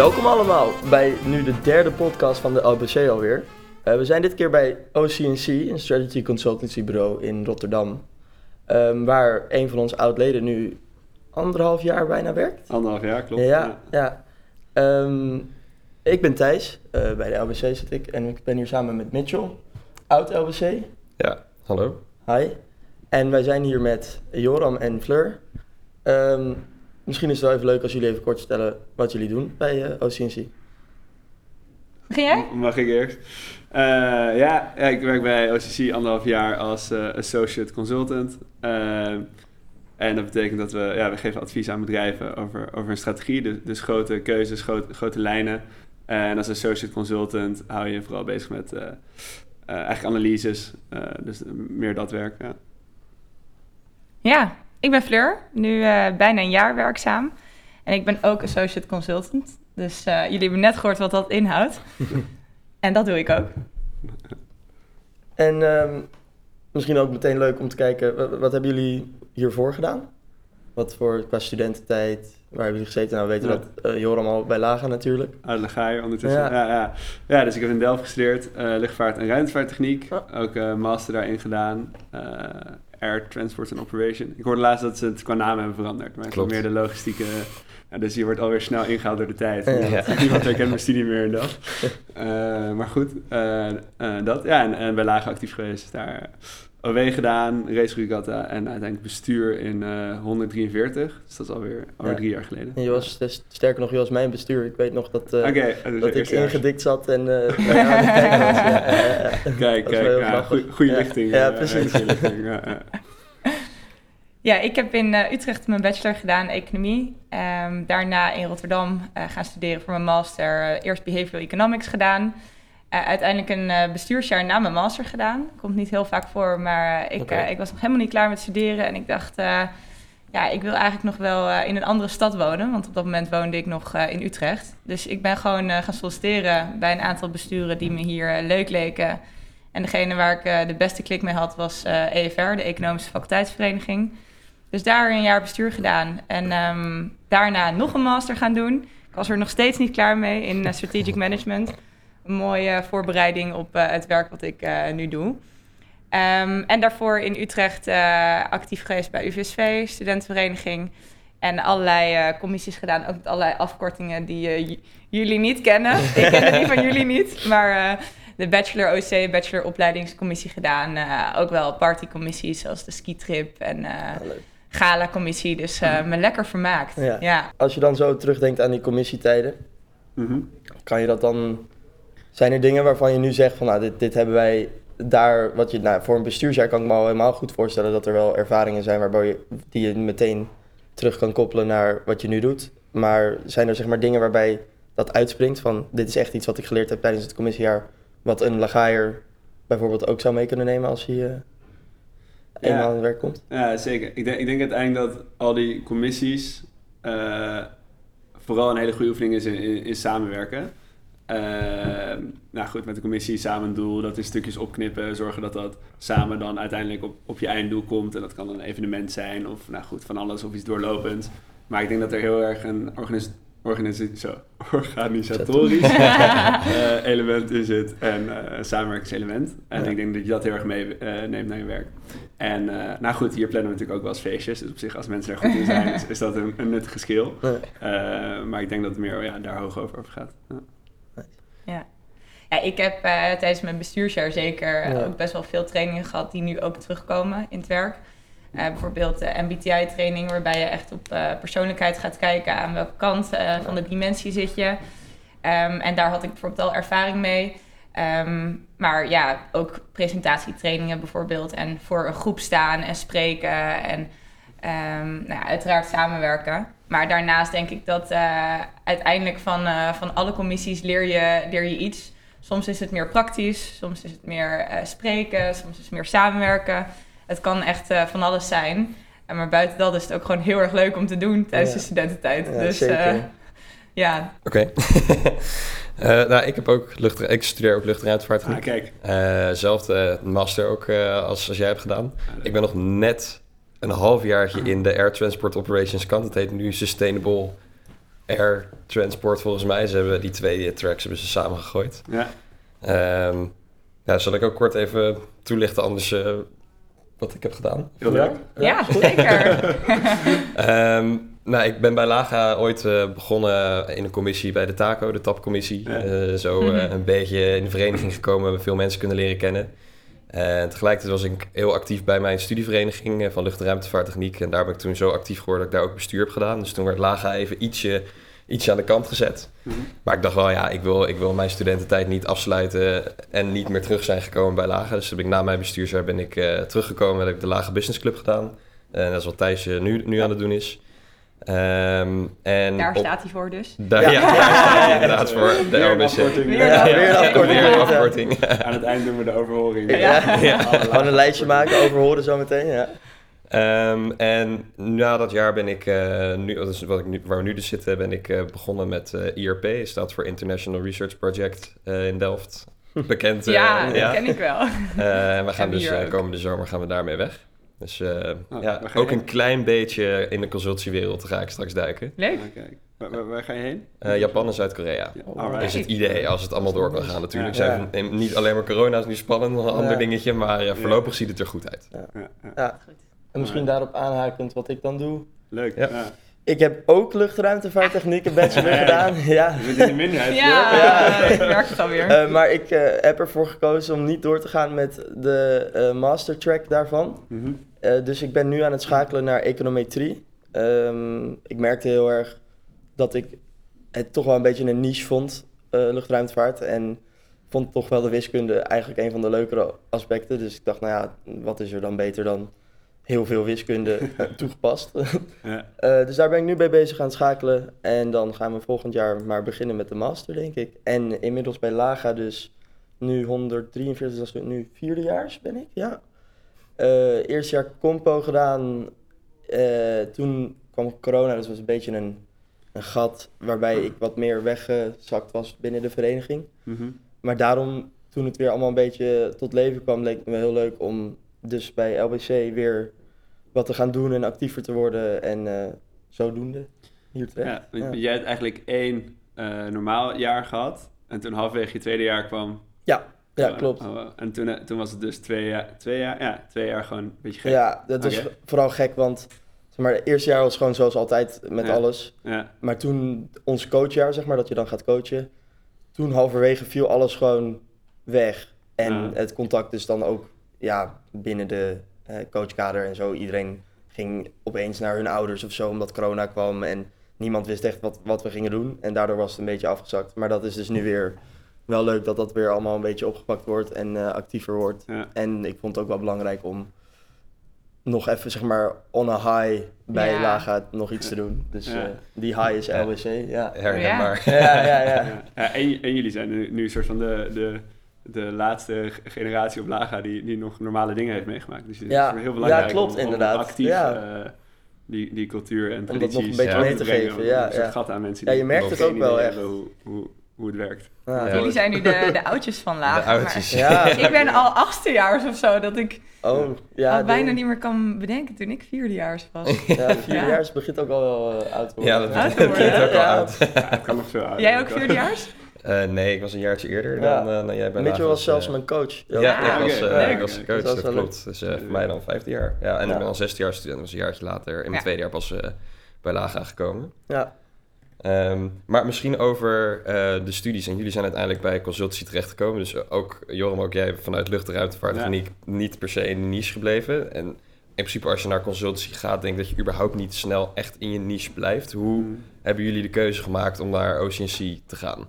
Welkom allemaal bij nu de derde podcast van de LBC alweer. We zijn dit keer bij OC&C, een strategy consultancy bureau in Rotterdam. Waar een van onze oud-leden nu 1,5 jaar bijna werkt. 1,5 jaar, klopt. Ja. Ik ben Thijs, bij de LBC zit ik en ik ben hier samen met Mitchell, oud-LBC. Ja, hallo. Hi. En wij zijn hier met Joram en Fleur. Misschien is het wel even leuk als jullie even kort vertellen wat jullie doen bij OC&C. Begin jij? Mag ik eerst? Ik werk bij OCC 1,5 jaar als associate consultant. En dat betekent dat we geven advies aan bedrijven over een strategie. Dus grote keuzes, grote lijnen. En als associate consultant hou je vooral bezig met eigenlijk analyses. Dus meer dat werk, ja. Ja, ik ben Fleur, nu bijna een jaar werkzaam. En ik ben ook associate consultant. Dus jullie hebben net gehoord wat dat inhoudt. En dat doe ik ook. En misschien ook meteen leuk om te kijken, wat hebben jullie hiervoor gedaan? Wat voor qua studententijd, waar hebben jullie gezeten? Nou, we weten dat Joram al bij Laga natuurlijk. Uit Lagaai ondertussen. Ja, dus ik heb in Delft gestudeerd, luchtvaart- en ruimtevaarttechniek. Ook een master daarin gedaan. Air Transport and Operation. Ik hoorde laatst dat ze het qua naam hebben veranderd. Maar het is meer de logistieke... dus je wordt alweer snel ingehaald door de tijd. Niemand herkent mijn studie meer in dat. Maar goed, dat. Ja, en bij Laga actief geweest. Daar OW gedaan, race regatta en uiteindelijk bestuur in 143. Dus dat is alweer 3 jaar geleden. En je was, sterker nog, je was mijn bestuur. Ik weet nog dat ik ingedikt zat en aan het kijken was. Kijk, goede richting. Ja, precies. Ja, ik heb in Utrecht mijn bachelor gedaan, economie. Daarna in Rotterdam gaan studeren voor mijn master. Eerst behavioral economics gedaan. Uiteindelijk een bestuursjaar na mijn master gedaan. Komt niet heel vaak voor, maar ik was nog helemaal niet klaar met studeren. En ik dacht, ik wil eigenlijk nog wel in een andere stad wonen. Want op dat moment woonde ik nog in Utrecht. Dus ik ben gewoon gaan solliciteren bij een aantal besturen die me hier leuk leken. En degene waar ik de beste klik mee had was EFR, de Economische Faculteitsvereniging. Dus daar een jaar bestuur gedaan. En daarna nog een master gaan doen. Ik was er nog steeds niet klaar mee in strategic management. Een mooie voorbereiding op het werk wat ik nu doe. En daarvoor in Utrecht actief geweest bij UVSV, studentenvereniging. En allerlei commissies gedaan, ook met allerlei afkortingen die jullie niet kennen. Ik ken die van jullie niet, maar... de Bachelor OC, Bachelor Opleidingscommissie gedaan. Ook wel partycommissies zoals de skitrip en gala-commissie. Dus me lekker vermaakt. Ja. Als je dan zo terugdenkt aan die commissietijden, kan je dat dan... Zijn er dingen waarvan je nu zegt van, dit hebben wij daar... voor een bestuursjaar kan ik me al helemaal goed voorstellen dat er wel ervaringen zijn die je meteen terug kan koppelen naar wat je nu doet. Maar zijn er zeg maar dingen waarbij dat uitspringt van, dit is echt iets wat ik geleerd heb tijdens het commissiejaar, wat een Lagaaier bijvoorbeeld ook zou mee kunnen nemen als hij eenmaal aan het werk komt? Ja, zeker. Ik denk uiteindelijk dat al die commissies vooral een hele goede oefening is in samenwerken. Met de commissie samen een doel, dat in stukjes opknippen, zorgen dat dat samen dan uiteindelijk op je einddoel komt. En dat kan een evenement zijn of van alles of iets doorlopends. Maar ik denk dat er heel erg een organisatorisch element in zit en een samenwerkingselement. En ik denk dat je dat heel erg meeneemt naar je werk. En hier plannen we natuurlijk ook wel eens feestjes. Dus op zich, als mensen er goed in zijn, is dat een nuttige skill. Maar ik denk dat het meer daar hoog over gaat. Ja, ik heb tijdens mijn bestuursjaar zeker ook best wel veel trainingen gehad die nu ook terugkomen in het werk. Bijvoorbeeld de MBTI-training, waarbij je echt op persoonlijkheid gaat kijken aan welke kant van de dimensie zit je. En daar had ik bijvoorbeeld al ervaring mee. Maar ja, ook presentatietrainingen bijvoorbeeld. En voor een groep staan en spreken en uiteraard samenwerken. Maar daarnaast denk ik dat uiteindelijk van alle commissies leer je iets. Soms is het meer praktisch, soms is het meer spreken, soms is het meer samenwerken. Het kan echt van alles zijn. Maar buiten dat is het ook gewoon heel erg leuk om te doen tijdens de studententijd. Ja, dus zeker. Oké. Ik studeer ook lucht- en ruimtevaarttechniek. Kijk. Zelfde master ook als jij hebt gedaan. Ik ben nog net een halfjaartje in de Air Transport Operations kant. Het heet nu Sustainable Air Transport volgens mij. Ze hebben die 2 tracks hebben ze samengegooid. Ja. Zal ik ook kort even toelichten anders wat ik heb gedaan? Heel leuk. Ja, zeker. Ik ben bij Laga ooit begonnen in een commissie bij de TACO, de TAP-commissie. Een beetje in de vereniging gekomen, veel mensen kunnen leren kennen. En tegelijkertijd was ik heel actief bij mijn studievereniging van lucht- en ruimtevaarttechniek. En daar ben ik toen zo actief geworden dat ik daar ook bestuur heb gedaan. Dus toen werd Laga even ietsje aan de kant gezet. Maar ik dacht wel, ja, ik wil mijn studententijd niet afsluiten en niet meer terug zijn gekomen bij Laga. Dus toen ben ik na mijn bestuursjaar teruggekomen en heb ik de Laga Business Club gedaan. En dat is wat Thijs nu aan het doen is. Daar staat hij voor dus. Daar staat hij inderdaad voor, de LBC. Weer een afkorting. Aan het eind doen we de overhoring. Gewoon een lijstje maken, overhoren zometeen, ja. En na dat jaar ben ik, waar we nu dus zitten, ben ik begonnen met IRP. Staat voor International Research Project in Delft. Bekend. Dat ken ik wel. En we gaan dus komende zomer gaan we daarmee weg. Dus ook een klein beetje in de consultiewereld ga ik straks duiken. Leuk. Waar ga je heen? Japan en Zuid-Korea. Is het idee, als het allemaal door kan gaan natuurlijk. Niet alleen maar corona is nu spannend, nog een ander dingetje, maar voorlopig ziet het er goed uit. Ja. En misschien daarop aanhakend wat ik dan doe. Leuk. Ja. Ik heb ook luchtruimtevaarttechniek een bachelor gedaan. Ja. Je bent in de minderheid. Ik werk het alweer. Maar ik heb ervoor gekozen om niet door te gaan met de master track daarvan. Dus ik ben nu aan het schakelen naar econometrie. Ik merkte heel erg dat ik het toch wel een beetje een niche vond, luchtruimtevaart. En vond toch wel de wiskunde eigenlijk een van de leukere aspecten. Dus ik dacht, nou ja, wat is er dan beter dan heel veel wiskunde toegepast. Dus daar ben ik nu bij bezig aan het schakelen. En dan gaan we volgend jaar maar beginnen met de master, denk ik. En inmiddels bij Laga dus nu 143, dat is nu 4e-jaars ben ik, ja. Eerste jaar compo gedaan. Toen kwam corona, dus was een beetje een gat waarbij ik wat meer weggezakt was binnen de vereniging. Maar daarom, toen het weer allemaal een beetje tot leven kwam, leek het me heel leuk om dus bij LBC weer wat te gaan doen en actiever te worden en zodoende hier terecht. Jij hebt eigenlijk 1 normaal jaar gehad en toen halverwege je 2e jaar kwam... Ja, klopt. En toen was het dus 2 jaar gewoon een beetje gek. Ja, dat was vooral gek, want zeg maar, het eerste jaar was gewoon zoals altijd met alles. Ja. Maar toen ons coachjaar, zeg maar, dat je dan gaat coachen, toen halverwege viel alles gewoon weg. En het contact dus dan ook binnen de coachkader en zo. Iedereen ging opeens naar hun ouders of zo, omdat corona kwam en niemand wist echt wat we gingen doen. En daardoor was het een beetje afgezakt. Maar dat is dus nu weer wel leuk dat dat weer allemaal een beetje opgepakt wordt en actiever wordt. Ja. En ik vond het ook wel belangrijk om nog even, zeg maar, on a high bij Laga nog iets te doen. Dus die high is LWC. Ja. Herkenbaar. En jullie zijn nu een soort van de laatste generatie op Laga die nog normale dingen heeft meegemaakt. Dus het is heel belangrijk klopt, om actief die cultuur en tradities om dat nog een beetje mee te geven. Een soort gat aan mensen die je merkt het ook wel echt. Hoe het werkt. Jullie zijn nu de oudjes van Laga. De oudjes. Ik ben al 8e-jaars of zo, dat ik al bijna niet meer kan bedenken toen ik 4e-jaars was. Ja, 4e-jaars begint ook al wel oud te worden. Ja, dat begint ook al oud. Het kan nog zo oud. Jij ook 4e-jaars? Nee, ik was een jaartje eerder dan jij bij Mitchell was zelfs mijn coach. Ik was coach, dat klopt. Dus voor mij dan 5e jaar. Ja, en ik ben al 6e jaar student, was een jaartje later in mijn 2e jaar pas bij Laga gekomen. Ja. Maar misschien over de studies. En jullie zijn uiteindelijk bij consultancy terechtgekomen. Dus ook, Joram, ook jij vanuit lucht- en ruimtevaarttechniek niet per se in de niche gebleven. En in principe als je naar consultancy gaat, denk ik dat je überhaupt niet snel echt in je niche blijft. Hoe hebben jullie de keuze gemaakt om naar OCNC te gaan?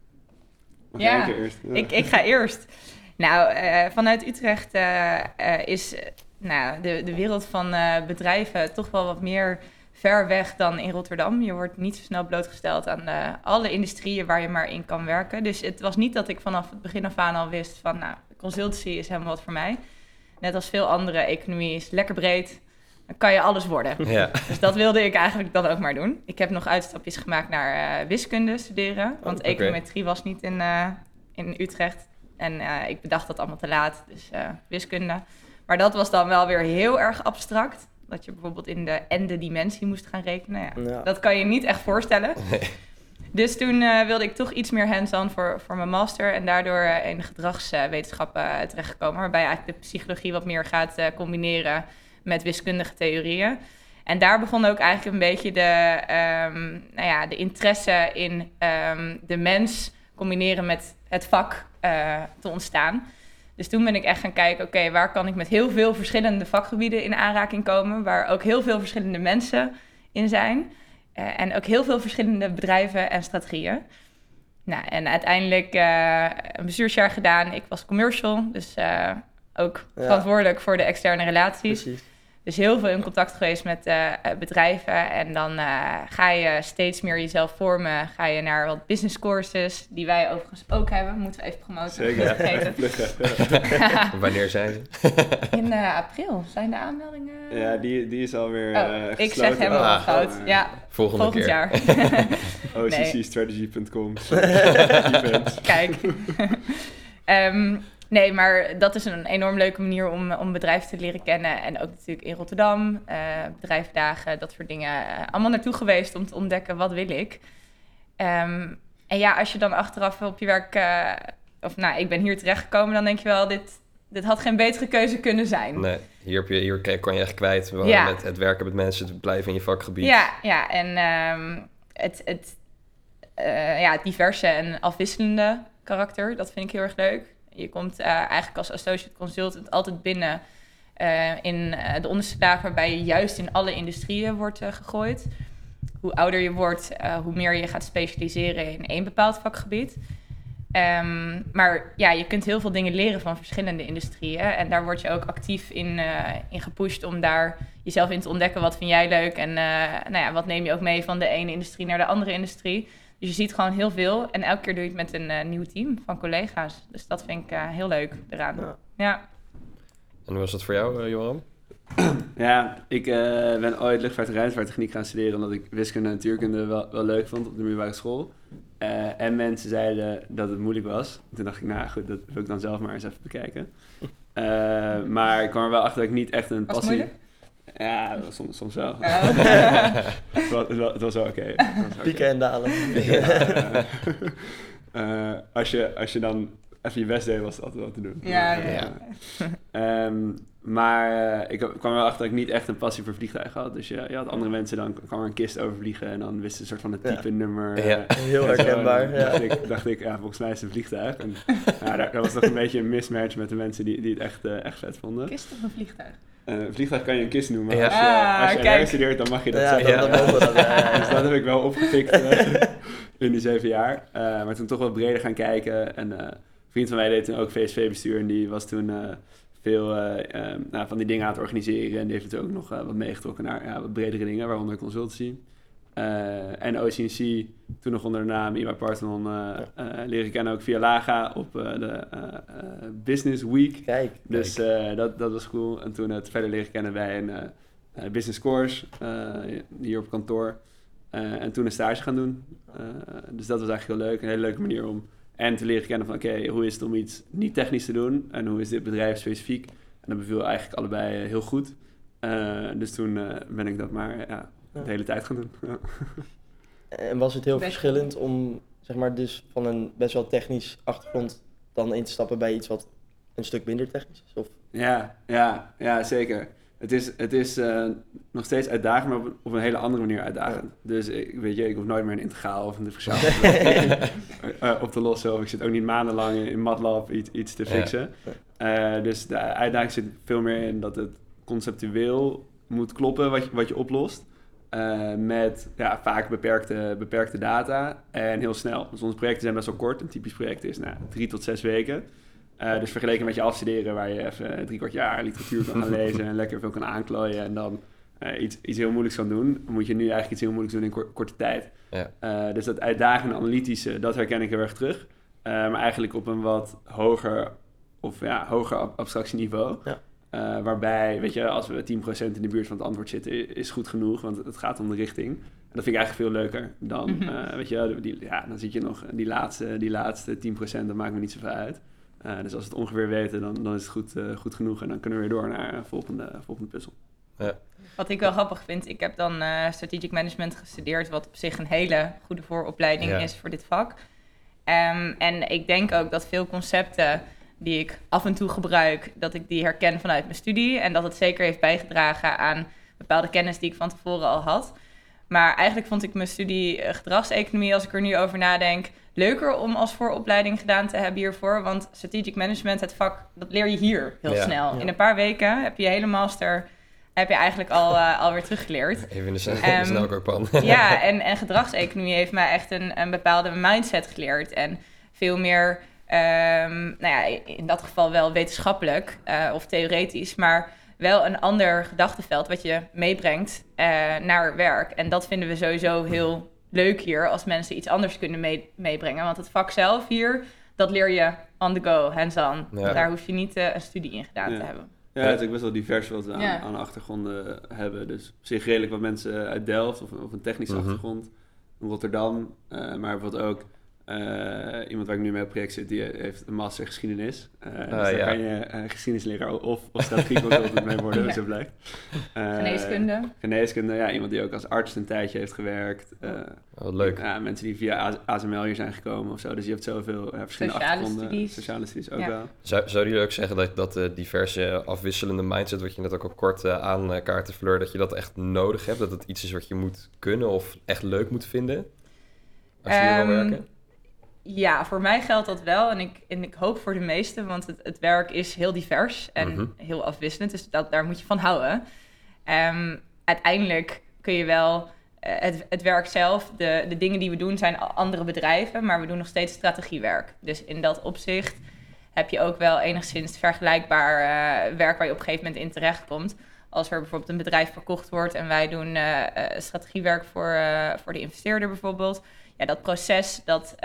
Ik ga eerst. Nou, vanuit Utrecht is de wereld van bedrijven toch wel wat meer ver weg dan in Rotterdam. Je wordt niet zo snel blootgesteld aan alle industrieën waar je maar in kan werken. Dus het was niet dat ik vanaf het begin af aan al wist van, consultancy is helemaal wat voor mij. Net als veel andere, economie is lekker breed. Dan kan je alles worden. Ja. Dus dat wilde ik eigenlijk dan ook maar doen. Ik heb nog uitstapjes gemaakt naar wiskunde studeren. Want econometrie was niet in Utrecht. En ik bedacht dat allemaal te laat. Dus wiskunde. Maar dat was dan wel weer heel erg abstract. Dat je bijvoorbeeld in de n-dimensie moest gaan rekenen. Ja. Dat kan je niet echt voorstellen. Nee. Dus toen wilde ik toch iets meer hands-on voor mijn master. En daardoor in gedragswetenschappen terechtgekomen. Waarbij je eigenlijk de psychologie wat meer gaat combineren met wiskundige theorieën. En daar begon ook eigenlijk een beetje de interesse in de mens combineren met het vak te ontstaan. Dus toen ben ik echt gaan kijken, oké, waar kan ik met heel veel verschillende vakgebieden in aanraking komen, waar ook heel veel verschillende mensen in zijn. En ook heel veel verschillende bedrijven en strategieën. Nou, en uiteindelijk een bestuursjaar gedaan. Ik was commercial, dus ook verantwoordelijk voor de externe relaties. Precies. Dus heel veel in contact geweest met bedrijven. En dan ga je steeds meer jezelf vormen. Ga je naar wat business courses, die wij overigens ook hebben. Moeten we even promoten. Zeker. Wanneer zijn ze? In april zijn de aanmeldingen. Ja, die is alweer ik gesloten. zeg helemaal fout. Ja, Volgende keer. jaar. OCCstrategy.com. Kijk. Nee, maar dat is een enorm leuke manier om bedrijven te leren kennen. En ook natuurlijk in Rotterdam, bedrijfsdagen, dat soort dingen. Allemaal naartoe geweest om te ontdekken, wat wil ik? En ja, als je dan achteraf op je werk... ik ben hier terechtgekomen, dan denk je wel, dit had geen betere keuze kunnen zijn. Nee, hier kan je echt kwijt. Met het werken met mensen, het blijven in je vakgebied. Ja, en het diverse en afwisselende karakter, dat vind ik heel erg leuk. Je komt eigenlijk als associate consultant altijd binnen in de onderste laag, waarbij je juist in alle industrieën wordt gegooid. Hoe ouder je wordt, hoe meer je gaat specialiseren in één bepaald vakgebied. Maar ja, je kunt heel veel dingen leren van verschillende industrieën. En daar word je ook actief in gepusht om daar jezelf in te ontdekken. Wat vind jij leuk? En wat neem je ook mee van de ene industrie naar de andere industrie? Dus je ziet gewoon heel veel. En elke keer doe je het met een nieuw team van collega's. Dus dat vind ik heel leuk eraan. Ja. En hoe was dat voor jou, Joram? Ja, ik ben ooit luchtvaart- en ruimtevaarttechniek gaan studeren, omdat ik wiskunde en natuurkunde wel leuk vond op de middelbare school. En mensen zeiden dat het moeilijk was. Toen dacht ik, nou goed, dat wil ik dan zelf maar eens even bekijken. Maar ik kwam er wel achter dat ik niet echt een passie... moeilijk? Ja, soms wel. Het was wel oké. Pieken en dalen. Als je dan even je best deed, was het altijd wel te doen. Ja. Maar ik kwam er wel achter dat ik niet echt een passie voor vliegtuigen had. Dus je had andere mensen, dan kwam er een kist overvliegen en dan wisten een soort van het type nummer. Heel herkenbaar. Dacht ik, volgens mij is het een vliegtuig. En dat was toch een beetje een mismatch met de mensen die het echt vet vonden. Kist of een vliegtuig? Een vliegtuig kan je een kist noemen, Ja. maar als je studeert, dan mag je dat zeggen. Dus dat heb ik wel opgepikt in die 7 jaar. Maar toen toch wat breder gaan kijken. En een vriend van mij deed toen ook VSV-bestuur en die was toen veel van die dingen aan het organiseren. En die heeft natuurlijk ook nog wat meegetrokken naar wat bredere dingen, waaronder consultancy. En OCNC, toen nog onder de naam IMA Parthenon, leren kennen ook via Laga op de Business Week. Kijk. Dus dat was cool. En toen het verder leren kennen bij een business course hier op kantoor. En toen een stage gaan doen. Dus dat was eigenlijk heel leuk. Een hele leuke manier om en te leren kennen van oké, hoe is het om iets niet technisch te doen? En hoe is dit bedrijf specifiek? En dat beviel eigenlijk allebei heel goed. Dus toen ben ik dat maar de hele tijd gaan doen. Ja. En was het heel verschillend om, zeg maar, dus van een best wel technisch achtergrond dan in te stappen bij iets wat een stuk minder technisch is? Of? Ja, zeker. Het is nog steeds uitdagend, maar op een hele andere manier uitdagend. Ja. Dus ik hoef nooit meer een integraal of een differentiaal op te lossen. Of ik zit ook niet maandenlang in MATLAB iets te fixen. Ja. Dus de uitdaging zit veel meer in dat het conceptueel moet kloppen wat je oplost. Met vaak beperkte data en heel snel. Dus onze projecten zijn best wel kort. Een typisch project is 3 tot 6 weken. Dus vergeleken met je afstuderen waar je even 3/4 jaar literatuur kan gaan lezen en lekker veel kan aanklooien en dan iets heel moeilijks kan doen, moet je nu eigenlijk iets heel moeilijks doen in korte tijd. Ja. Dus dat uitdagende analytische, dat herken ik heel erg terug. Maar eigenlijk op een wat hoger abstractieniveau. Ja. Waarbij, weet je, als we 10% in de buurt van het antwoord zitten, is goed genoeg, want het gaat om de richting. En dat vind ik eigenlijk veel leuker dan, weet je, dan zit je nog die laatste 10%, dat maakt me niet zoveel uit. Dus als we het ongeveer weten, dan is het goed genoeg en dan kunnen we weer door naar volgende puzzel. Ja. Wat ik wel grappig vind, ik heb dan strategic management gestudeerd, wat op zich een hele goede vooropleiding is voor dit vak. En ik denk ook dat veel concepten die ik af en toe gebruik, dat ik die herken vanuit mijn studie. En dat het zeker heeft bijgedragen aan bepaalde kennis die ik van tevoren al had. Maar eigenlijk vond ik mijn studie gedragseconomie, als ik er nu over nadenk, leuker om als vooropleiding gedaan te hebben hiervoor. Want strategic management, het vak, dat leer je hier heel snel. Ja. In een paar weken heb je je hele master heb je eigenlijk alweer teruggeleerd. Even in de snelkookpan. Ja, en gedragseconomie heeft mij echt een bepaalde mindset geleerd. En veel meer, in dat geval wel wetenschappelijk of theoretisch, maar wel een ander gedachtenveld wat je meebrengt naar werk. En dat vinden we sowieso heel leuk hier, als mensen iets anders kunnen meebrengen. Want het vak zelf hier, dat leer je on the go, hands-on. Ja. Daar hoef je niet een studie in gedaan te hebben. Ja, het is ook best wel divers wat we aan achtergronden hebben. Dus op zich redelijk wat mensen uit Delft of een technische achtergrond. Rotterdam, maar bijvoorbeeld ook iemand waar ik nu mee op project zit, die heeft een master geschiedenis. Dus daar kan je geschiedenisleraar of strategie consultant mee worden, zo blijkt. Geneeskunde, iemand die ook als arts een tijdje heeft gewerkt. Wat leuk. Mensen die via ASML hier zijn gekomen of zo. Dus je hebt zoveel verschillende achtergronden. Sociale studies ook wel. Zou jullie ook zeggen dat de diverse afwisselende mindset, wat je net ook al kort aankaartte, Fleur, dat je dat echt nodig hebt? Dat het iets is wat je moet kunnen of echt leuk moet vinden? Als je hier wil werken? Ja, voor mij geldt dat wel. En ik hoop voor de meesten, want het werk is heel divers en heel afwisselend. Dus daar moet je van houden. Uiteindelijk kun je wel het werk zelf, de dingen die we doen zijn andere bedrijven, maar we doen nog steeds strategiewerk. Dus in dat opzicht heb je ook wel enigszins vergelijkbaar werk waar je op een gegeven moment in terechtkomt. Als er bijvoorbeeld een bedrijf verkocht wordt en wij doen strategiewerk voor de investeerder bijvoorbeeld. Ja, dat proces, dat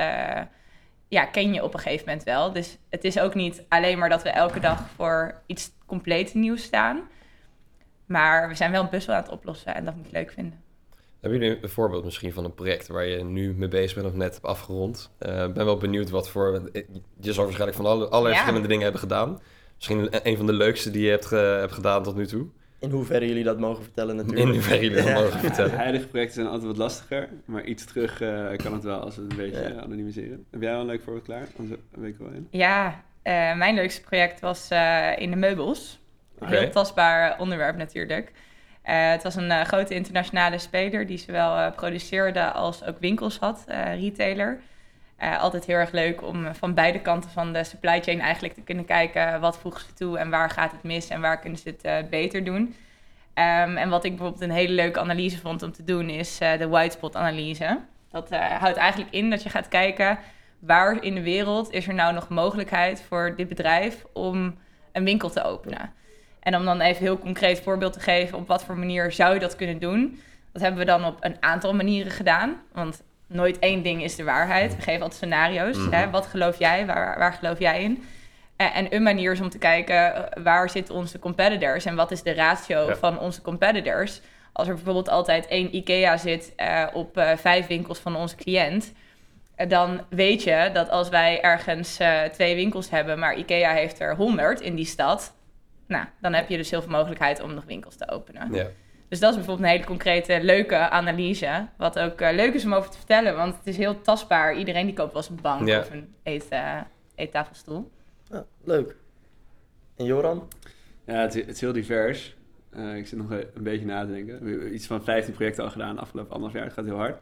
ken je op een gegeven moment wel. Dus het is ook niet alleen maar dat we elke dag voor iets compleet nieuws staan. Maar we zijn wel een puzzel aan het oplossen en dat moet ik leuk vinden. Hebben jullie een voorbeeld misschien van een project waar je nu mee bezig bent of net hebt afgerond? Ik ben wel benieuwd wat voor... Je zal waarschijnlijk van allerlei verschillende dingen hebben gedaan. Misschien een van de leukste die je hebt gedaan tot nu toe. In hoeverre jullie dat mogen vertellen natuurlijk. In hoeverre jullie dat mogen vertellen. Huidige projecten zijn altijd wat lastiger, maar iets terug kan het wel als we het een beetje anonimiseren. Heb jij wel een leuk voorbeeld klaar? Anders weet ik wel in. Ja, mijn leukste project was in de meubels. Okay. Heel tastbaar onderwerp natuurlijk. Het was een grote internationale speler die zowel produceerde als ook winkels had, retailer. Altijd heel erg leuk om van beide kanten van de supply chain eigenlijk te kunnen kijken wat voegen ze toe en waar gaat het mis en waar kunnen ze het beter doen. En wat ik bijvoorbeeld een hele leuke analyse vond om te doen is de white spot analyse. Dat houdt eigenlijk in dat je gaat kijken waar in de wereld is er nou nog mogelijkheid voor dit bedrijf om een winkel te openen. En om dan even heel concreet voorbeeld te geven op wat voor manier zou je dat kunnen doen. Dat hebben we dan op een aantal manieren gedaan, want nooit één ding is de waarheid. We geven altijd scenario's. Hè? Wat geloof jij? Waar geloof jij in? En een manier is om te kijken waar zitten onze competitors en wat is de ratio van onze competitors. Als er bijvoorbeeld altijd 1 IKEA zit op 5 winkels van onze cliënt, dan weet je dat als wij ergens 2 winkels hebben, maar IKEA heeft er 100 in die stad, nou, dan heb je dus heel veel mogelijkheid om nog winkels te openen. Ja. Dus dat is bijvoorbeeld een hele concrete, leuke analyse. Wat ook leuk is om over te vertellen, want het is heel tastbaar. Iedereen die koopt wel eens een bank of een eettafelstoel. Ja, leuk. En Joran? Ja, het is heel divers. Ik zit nog een beetje na te denken. We hebben iets van 15 projecten al gedaan de afgelopen 1,5 jaar. Het gaat heel hard.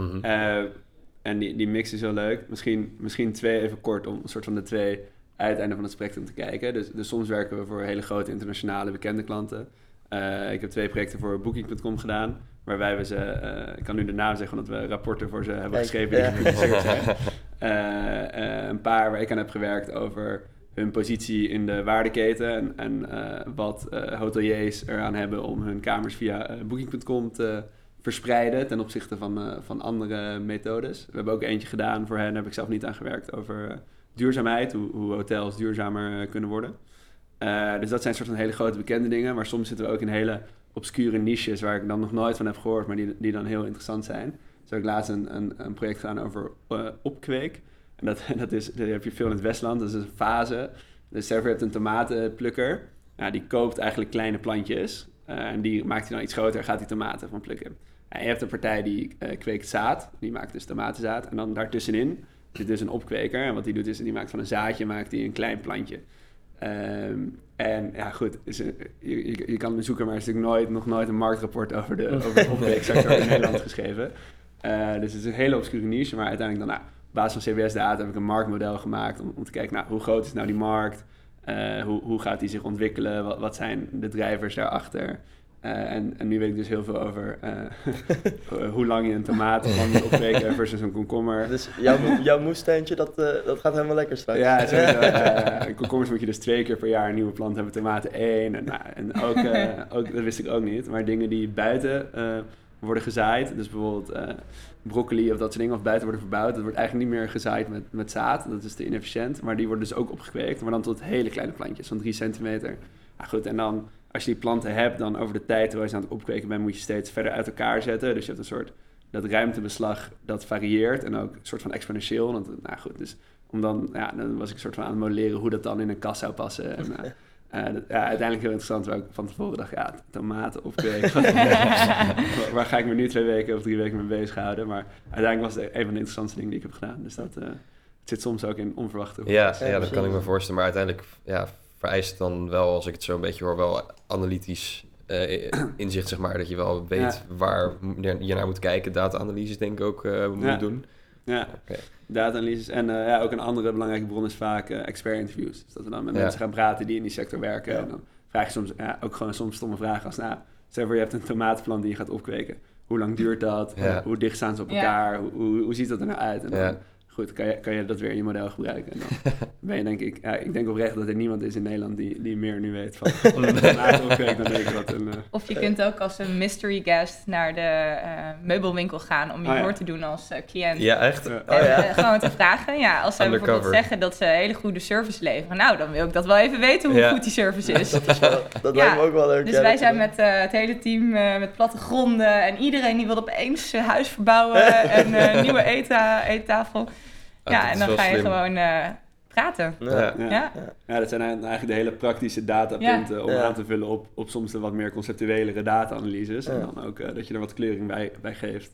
En die mix is heel leuk. Misschien 2 even kort om een soort van de 2 uiteinden van het spectrum te kijken. Dus soms werken we voor hele grote internationale bekende klanten. Ik heb 2 projecten voor Booking.com gedaan, waarbij we ze, ik kan nu de naam zeggen, omdat we rapporten voor ze hebben geschreven die gepubliceerd zijn. Een paar waar ik aan heb gewerkt over hun positie in de waardeketen en wat hoteliers eraan hebben om hun kamers via Booking.com te verspreiden ten opzichte van andere methodes. We hebben ook eentje gedaan voor hen, daar heb ik zelf niet aan gewerkt, over duurzaamheid, hoe hotels duurzamer kunnen worden. Dus dat zijn soort van hele grote bekende dingen, maar soms zitten we ook in hele obscure niches waar ik dan nog nooit van heb gehoord, maar die dan heel interessant zijn. Dus heb ik laatst een project gedaan over opkweek. En dat heb je veel in het Westland, dat is een fase. Dus stel je hebt een tomatenplukker, die koopt eigenlijk kleine plantjes En die maakt hij dan iets groter en gaat die tomaten van plukken. En je hebt een partij die kweekt zaad. Die maakt dus tomatenzaad. En dan daartussenin zit dus een opkweker. En wat die doet is, die maakt van een zaadje maakt die een klein plantje. En ja, goed, je kan het zoeken, maar er is natuurlijk nog nooit een marktrapport over de opkweeksector in Nederland geschreven. Dus het is een hele obscure niche, maar uiteindelijk dan, op basis van CBS-data heb ik een marktmodel gemaakt om te kijken, hoe groot is nou die markt? Hoe gaat die zich ontwikkelen? Wat zijn de drijvers daarachter? En nu weet ik dus heel veel over hoe lang je een tomaat moet opkweken versus een komkommer. Dus jouw moestuintje, dat gaat helemaal lekker straks. Ja, sowieso. Komkommers moet je dus 2 keer per jaar een nieuwe plant hebben, tomaten 1. En ook, dat wist ik ook niet. Maar dingen die buiten worden gezaaid, dus bijvoorbeeld broccoli of dat soort dingen, of buiten worden verbouwd, dat wordt eigenlijk niet meer gezaaid met zaad. Dat is te inefficiënt. Maar die worden dus ook opgekweekt, maar dan tot hele kleine plantjes van 3 centimeter. Nou goed, en dan als je die planten hebt, dan over de tijd terwijl je ze aan het opkweken bent, moet je steeds verder uit elkaar zetten. Dus je hebt een soort, dat ruimtebeslag, dat varieert en ook een soort van exponentieel. Want, nou goed, dus dan was ik een soort van aan het modelleren hoe dat dan in een kas zou passen. En, uiteindelijk heel interessant, waar ik van tevoren dacht, tomaten opkweken. Waar ga ik me nu 2 weken of 3 weken mee bezighouden? Maar uiteindelijk was het een van de interessantste dingen die ik heb gedaan. Dus dat het zit soms ook in onverwachte hoeken. Ja, dat kan ik me voorstellen. Maar uiteindelijk, vereist dan wel, als ik het zo een beetje hoor, wel analytisch inzicht, zeg maar. Dat je wel weet waar je naar moet kijken. Data-analyses denk ik ook moet doen. Ja, data-analyses. En ook een andere belangrijke bron is vaak expert-interviews. Dus dat we dan met mensen gaan praten die in die sector werken. Ja. En dan vraag je soms ook gewoon soms stomme vragen als, stel voor je hebt een tomatenplant die je gaat opkweken. Hoe lang duurt dat? Ja. Hoe dicht staan ze op elkaar? Hoe ziet dat er nou uit? En dan, goed, kan je dat weer in je model gebruiken. En dan ben je denk ik... ik denk oprecht dat er niemand is in Nederland die meer nu weet van opkweken dan ik dat. Of je kunt ook als een mystery guest naar de meubelwinkel gaan om je voor te doen als cliënt. Ja, echt? Gewoon te vragen. Ja, als zij bijvoorbeeld zeggen dat ze hele goede service leveren. Nou, dan wil ik dat wel even weten hoe goed die service is. Dat lijkt me ook wel leuk. Dus wij zijn met het hele team met plattegronden en iedereen die wil opeens huis verbouwen en een nieuwe eettafel. Ja, en dan ga je gewoon praten. Ja, dat zijn eigenlijk de hele praktische datapunten om aan te vullen op soms de wat meer conceptuelere data-analyses. En dan ook dat je er wat kleuring bij geeft.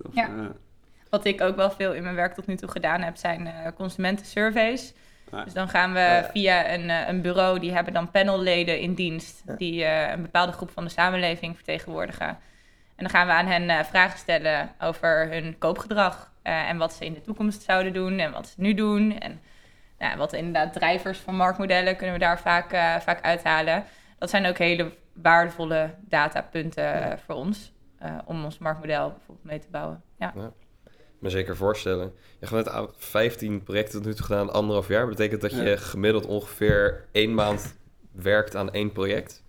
Wat ik ook wel veel in mijn werk tot nu toe gedaan heb, zijn consumentensurveys. Dus dan gaan we via een bureau, die hebben dan panelleden in dienst, die een bepaalde groep van de samenleving vertegenwoordigen. En dan gaan we aan hen vragen stellen over hun koopgedrag. En wat ze in de toekomst zouden doen en wat ze nu doen. En wat inderdaad drijvers van marktmodellen kunnen we daar vaak uithalen. Dat zijn ook hele waardevolle datapunten voor ons. Om ons marktmodel bijvoorbeeld mee te bouwen. Ja. Me zeker voorstellen. Je hebt net 15 projecten tot nu toe gedaan, 1,5 jaar. Betekent dat je gemiddeld ongeveer 1 maand werkt aan 1 project?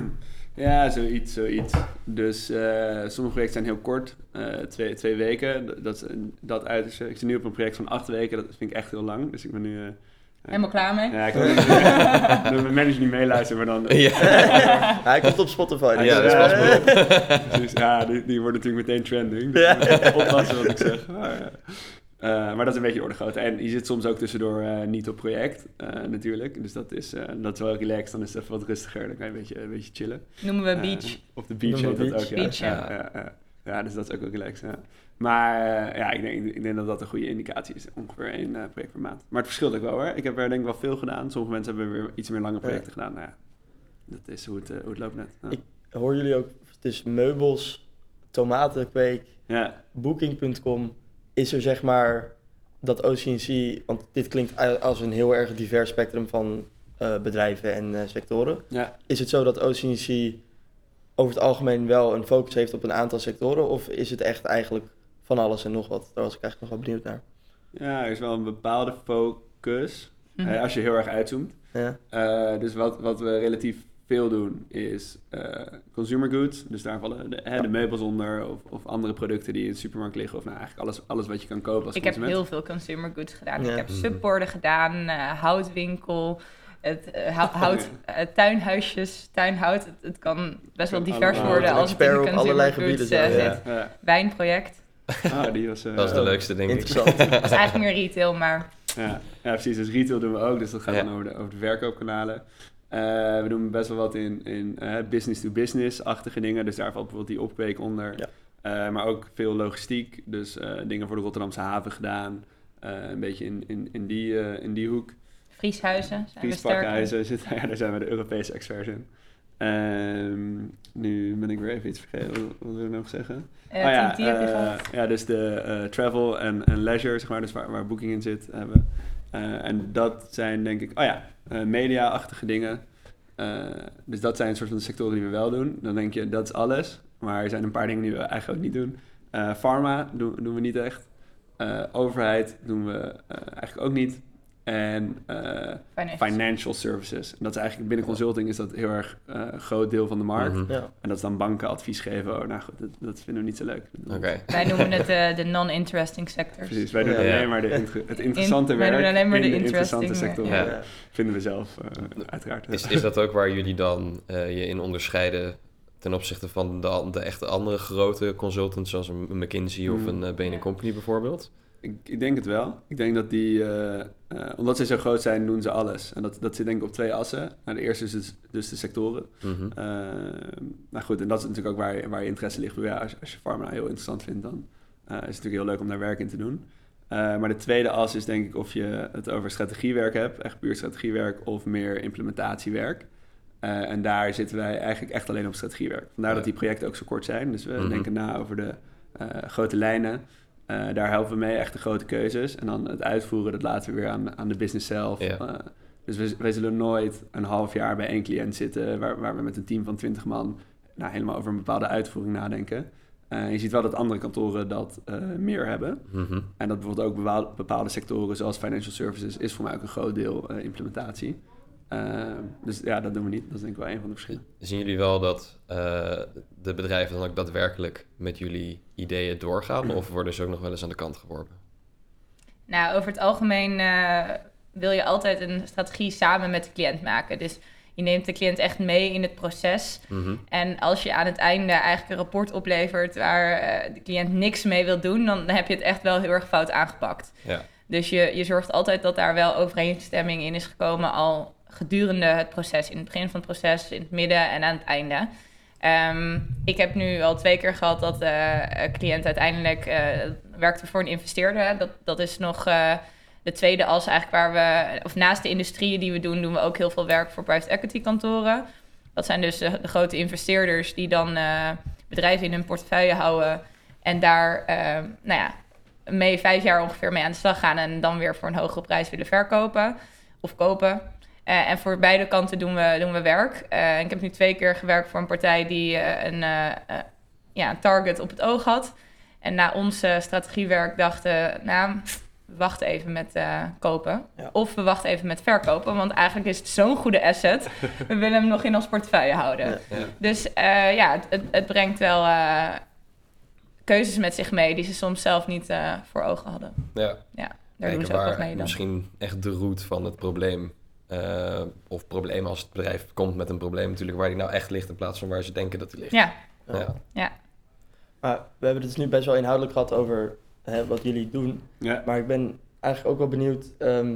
Ja, zoiets. Dus sommige projecten zijn heel kort, 2 weken. Dat uit is. Ik zit nu op een project van 8 weken, dat vind ik echt heel lang. Dus ik ben nu... helemaal klaar mee? Ja, ik hoop dat mijn manager niet meeluistert, maar dan... Hij komt op Spotify. Ja, dat is pas maar op. Dus die wordt natuurlijk meteen trending. Dus ik moet oppassen wat ik zeg. Maar dat is een beetje orde grootte. En je zit soms ook tussendoor niet op project, natuurlijk. Dus dat is wel relaxed. Dan is het even wat rustiger. Dan kan je een beetje chillen. Noemen we beach. Op de beach heet dat ook. Beach, ja, dus dat is ook wel relaxed. Ja. Maar ik denk dat dat een goede indicatie is. Ongeveer 1 project per maand. Maar het verschilt ook wel hoor. Ik heb er denk ik wel veel gedaan. Sommige mensen hebben weer iets meer lange projecten gedaan. Nou, dat is hoe het loopt net. Ja. Ik hoor jullie ook, het is meubels, tomatenkweek, Booking.com. Is er zeg maar dat OC&C, want dit klinkt als een heel erg divers spectrum van bedrijven en sectoren. Ja. Is het zo dat OC&C over het algemeen wel een focus heeft op een aantal sectoren? Of is het echt eigenlijk van alles en nog wat? Daar was ik eigenlijk nog wel benieuwd naar. Ja, er is wel een bepaalde focus, als je heel erg uitzoomt. Ja. Dus wat we relatief veel doen is consumer goods. Dus daar vallen de meubels onder of andere producten die in de supermarkt liggen. Of eigenlijk alles wat je kan kopen als consument. Ik heb heel veel consumer goods gedaan. Ja. Ik heb subborden gedaan, houtwinkel, tuinhuisjes, tuinhout. Het kan best wel divers worden als het in de consumer goods zit. Wijnproject. Dat was de leukste, denk ik. Interessant. Dat is eigenlijk meer retail, maar... Ja, precies. Dus retail doen we ook. Dus dat gaat dan over de verkoopkanalen. We doen best wel wat in business-to-business-achtige dingen. Dus daar valt bijvoorbeeld die opkweek onder. Ja. Maar ook veel logistiek. Dus dingen voor de Rotterdamse haven gedaan. Een beetje in die hoek. Vrieshuizen. Vriespakhuizen. Daar zijn we de Europese experts in. Nu ben ik weer even iets vergeten. Wat wil ik nog zeggen? Dus de travel en leisure, zeg maar. Dus waar Booking in zit, hebben. En dat zijn denk ik... media-achtige dingen. Dus dat zijn een soort van de sectoren die we wel doen. Dan denk je, dat is alles. Maar er zijn een paar dingen die we eigenlijk ook niet doen. Pharma doen we niet echt. Overheid doen we eigenlijk ook niet. En financial services. En dat is eigenlijk binnen consulting is dat heel erg groot deel van de markt. Mm-hmm. Ja. En dat is dan banken advies geven. Nou goed, dat vinden we niet zo leuk. Okay. Wij noemen het de non-interesting sectors. Precies, wij doen alleen maar het interessante werk. Wij doen alleen maar de interessante sectoren. Ja. Vinden we zelf uiteraard. Is dat ook waar jullie dan je in onderscheiden ten opzichte van de echte andere grote consultants zoals een McKinsey of een Bain & Company bijvoorbeeld? Ik denk het wel. Ik denk dat die, omdat ze zo groot zijn, doen ze alles. En dat zit denk ik op 2 assen. Nou, de eerste is dus de sectoren. Mm-hmm. Nou goed, en dat is natuurlijk ook waar je interesse ligt. Ja, als je pharma heel interessant vindt, dan is het natuurlijk heel leuk om daar werk in te doen. Maar de tweede as is denk ik of je het over strategiewerk hebt, echt puur strategiewerk, of meer implementatiewerk. En daar zitten wij eigenlijk echt alleen op strategiewerk. Vandaar dat die projecten ook zo kort zijn. Dus we denken na over de grote lijnen. Daar helpen we mee, echt de grote keuzes. En dan het uitvoeren, dat laten we weer aan de business zelf. Yeah. Dus wij zullen nooit een half jaar bij 1 cliënt zitten waar we met een team van 20 man helemaal over een bepaalde uitvoering nadenken. Je ziet wel dat andere kantoren dat meer hebben. Mm-hmm. En dat bijvoorbeeld ook bepaalde sectoren zoals financial services is voor mij ook een groot deel implementatie. Dus ja, dat doen we niet. Dat is denk ik wel een van de verschillen. Zien jullie wel dat de bedrijven dan ook daadwerkelijk met jullie ideeën doorgaan? Of worden ze ook nog wel eens aan de kant geworpen? Nou, over het algemeen wil je altijd een strategie samen met de cliënt maken. Dus je neemt de cliënt echt mee in het proces. Mm-hmm. En als je aan het einde eigenlijk een rapport oplevert waar de cliënt niks mee wil doen, dan heb je het echt wel heel erg fout aangepakt. Ja. Dus je zorgt altijd dat daar wel overeenstemming in is gekomen al gedurende het proces. In het begin van het proces, in het midden en aan het einde. Ik heb nu al 2 keer gehad dat de cliënt uiteindelijk werkte voor een investeerder. Dat is nog de tweede as eigenlijk waar we, of naast de industrieën die we doen we ook heel veel werk voor private equity kantoren. Dat zijn dus de grote investeerders die dan bedrijven in hun portefeuille houden en daar mee 5 jaar ongeveer mee aan de slag gaan en dan weer voor een hogere prijs willen verkopen of kopen. En voor beide kanten doen we werk. Ik heb nu 2 keer gewerkt voor een partij die een target op het oog had. En na ons strategiewerk dachten, we wachten even met kopen. Ja. Of we wachten even met verkopen. Want eigenlijk is het zo'n goede asset. We willen hem nog in ons portefeuille houden. Ja. Ja. Dus het brengt wel keuzes met zich mee die ze soms zelf niet voor ogen hadden. Ja, daar doen ze ook wat mee dan. Misschien echt de root van het probleem. Of probleem als het bedrijf komt met een probleem natuurlijk, waar die nou echt ligt in plaats van waar ze denken dat die ligt. Ja. Maar we hebben het dus nu best wel inhoudelijk gehad over wat jullie doen. Ja. Maar ik ben eigenlijk ook wel benieuwd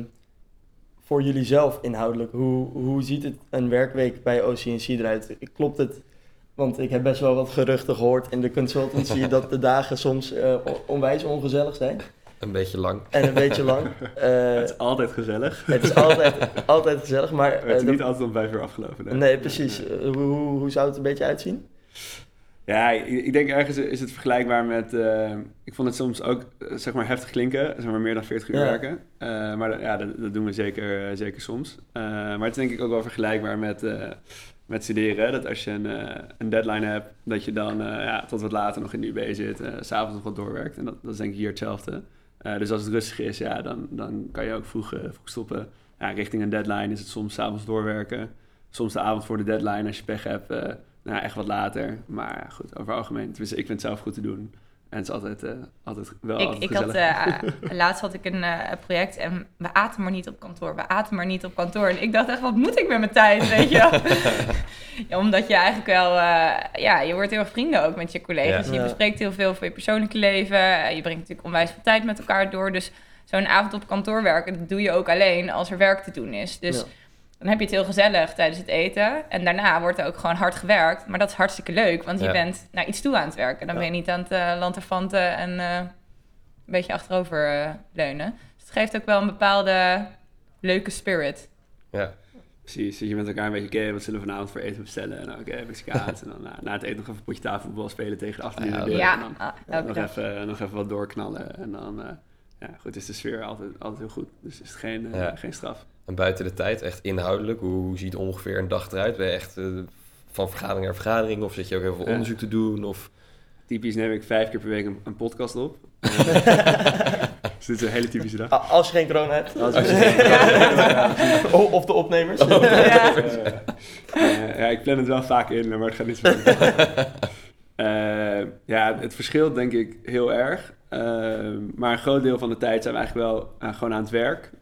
voor jullie zelf inhoudelijk. Hoe ziet het een werkweek bij OC&C eruit? Klopt het? Want ik heb best wel wat geruchten gehoord in de consultancy dat de dagen soms onwijs ongezellig zijn. Een beetje lang. En een beetje lang. Het is altijd gezellig. Het is altijd gezellig, maar... het is niet altijd om 5 uur afgelopen. Hè? Nee, precies. Hoe zou het een beetje uitzien? Ja, ik denk ergens is het vergelijkbaar met... ik vond het soms ook, zeg maar, heftig klinken. Zeg maar meer dan 40 uur werken. Maar dat doen we zeker soms. Maar het is denk ik ook wel vergelijkbaar met studeren. Dat als je een deadline hebt, dat je dan tot wat later nog in de UB zit. 's Avonds nog wat doorwerkt. En dat is denk ik hier hetzelfde. Dus als het rustig is, dan kan je ook vroeg stoppen. Richting een deadline is het soms 's avonds doorwerken. Soms de avond voor de deadline als je pech hebt. Echt wat later. Maar goed, over het algemeen. Tenminste, ik vind het zelf goed te doen. En het is altijd gezellig. Laatst had ik een project en we aten maar niet op kantoor. En ik dacht echt, wat moet ik met mijn tijd, weet je? Omdat je eigenlijk wel... je wordt heel erg vrienden ook met je collega's. Ja. Je bespreekt heel veel van je persoonlijke leven. Je brengt natuurlijk onwijs veel tijd met elkaar door. Dus zo'n avond op kantoor werken, dat doe je ook alleen als er werk te doen is. Dus Dan heb je het heel gezellig tijdens het eten. En daarna wordt er ook gewoon hard gewerkt. Maar dat is hartstikke leuk, want je bent naar iets toe aan het werken. Dan ben je niet aan het lanterfanten en een beetje achterover leunen. Dus het geeft ook wel een bepaalde leuke spirit. Ja. Precies, dat je met elkaar een beetje, wat zullen we vanavond voor eten bestellen? En dan Mexicaans. En dan na het eten nog even een potje tafelvoetbal spelen tegen de achterin. En dan nog even wat doorknallen. En dan, goed, is de sfeer altijd heel goed. Dus is het geen straf. En buiten de tijd, echt inhoudelijk, hoe ziet ongeveer een dag eruit? Ben je echt van vergadering naar vergadering? Of zit je ook heel veel onderzoek te doen? Of... Typisch neem ik 5 keer per week een podcast op. Dus dit is een hele typische dag. Als je geen corona hebt. Of de opnemers. Ik plan het wel vaak in, maar het gaat niet zo het verschilt denk ik heel erg. Maar een groot deel van de tijd zijn we eigenlijk wel gewoon aan het werk.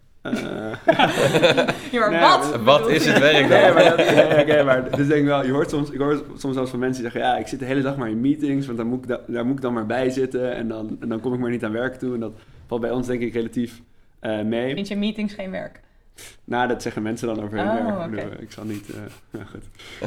Wat is het werk dan? Maar dus denk ik wel, ik hoor soms zelfs van mensen die zeggen, ik zit de hele dag maar in meetings, want daar moet ik dan maar bij zitten en dan kom ik maar niet aan werk toe. En dat valt bij ons denk ik relatief mee. Vind je meetings geen werk? Nou, dat zeggen mensen dan over hun werk. Okay. Ik zal niet... goed.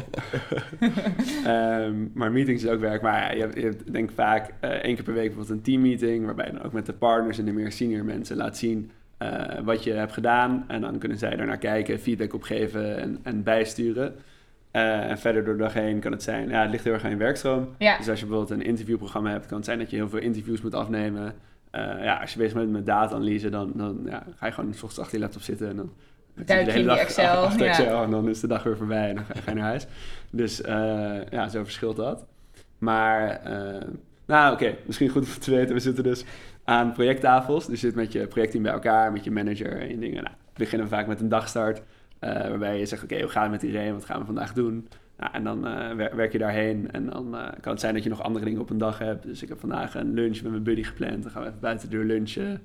Maar meetings is ook werk. Maar je hebt denk ik vaak 1 keer per week bijvoorbeeld een teammeeting, waarbij je dan ook met de partners en de meer senior mensen laat zien wat je hebt gedaan. En dan kunnen zij daarnaar kijken, feedback opgeven en bijsturen. En verder door de dag heen kan het zijn... Ja, het ligt heel erg aan je werkstroom. Ja. Dus als je bijvoorbeeld een interviewprogramma hebt, kan het zijn dat je heel veel interviews moet afnemen. Als je bezig bent met data-analyse, dan ga je gewoon 's ochtends achter je laptop zitten en dan duik je in die Excel. Achter Excel en dan is de dag weer voorbij en dan ga je naar huis. Dus zo verschilt dat. Maar, misschien goed om te weten, we zitten dus aan projecttafels. Dus je zit met je projectteam bij elkaar, met je manager en dingen. Nou, beginnen we vaak met een dagstart, waarbij je zegt, hoe gaat het met iedereen? Wat gaan we vandaag doen? Nou, en dan werk je daarheen en dan kan het zijn dat je nog andere dingen op een dag hebt. Dus ik heb vandaag een lunch met mijn buddy gepland. Dan gaan we even buiten de deur lunchen.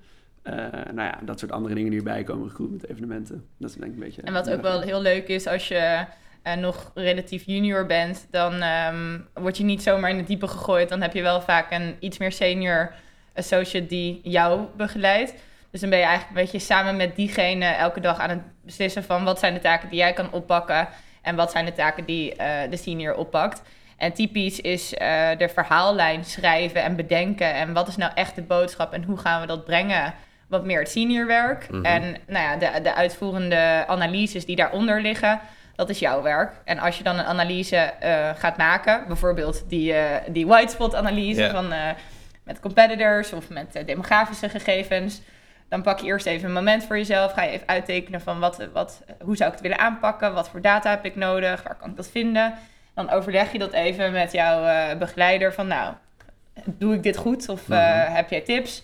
Dat soort andere dingen die erbij komen, recruitment evenementen. Dat is denk ik een beetje... En wat ook wel heel leuk is, als je nog relatief junior bent, dan word je niet zomaar in het diepe gegooid. Dan heb je wel vaak een iets meer senior associate die jou begeleidt. Dus dan ben je eigenlijk een beetje samen met diegene elke dag aan het beslissen van wat zijn de taken die jij kan oppakken en wat zijn de taken die de senior oppakt. En typisch is de verhaallijn schrijven en bedenken en wat is nou echt de boodschap en hoe gaan we dat brengen. Wat meer het seniorwerk. Mm-hmm. En de uitvoerende analyses die daaronder liggen, dat is jouw werk. En als je dan een analyse gaat maken, bijvoorbeeld die white spot analyse van met competitors of met demografische gegevens, dan pak je eerst even een moment voor jezelf. Ga je even uittekenen van hoe zou ik het willen aanpakken? Wat voor data heb ik nodig? Waar kan ik dat vinden? Dan overleg je dat even met jouw begeleider van doe ik dit goed? Of heb jij tips?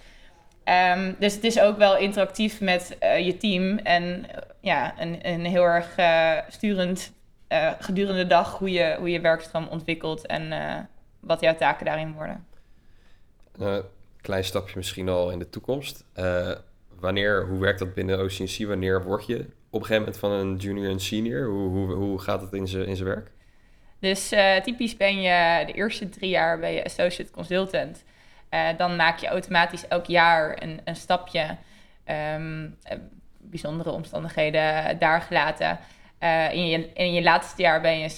Dus het is ook wel interactief met je team. En een heel erg sturend gedurende de dag hoe je werkstroom ontwikkelt en wat jouw taken daarin worden. Klein stapje misschien al in de toekomst. Hoe werkt dat binnen OC&C? Wanneer word je op een gegeven moment van een junior en senior? Hoe gaat het in zijn werk? Dus typisch ben je de eerste 3 jaar ben je associate consultant. Dan maak je automatisch elk jaar een stapje. Bijzondere omstandigheden daar gelaten. In je laatste jaar ben je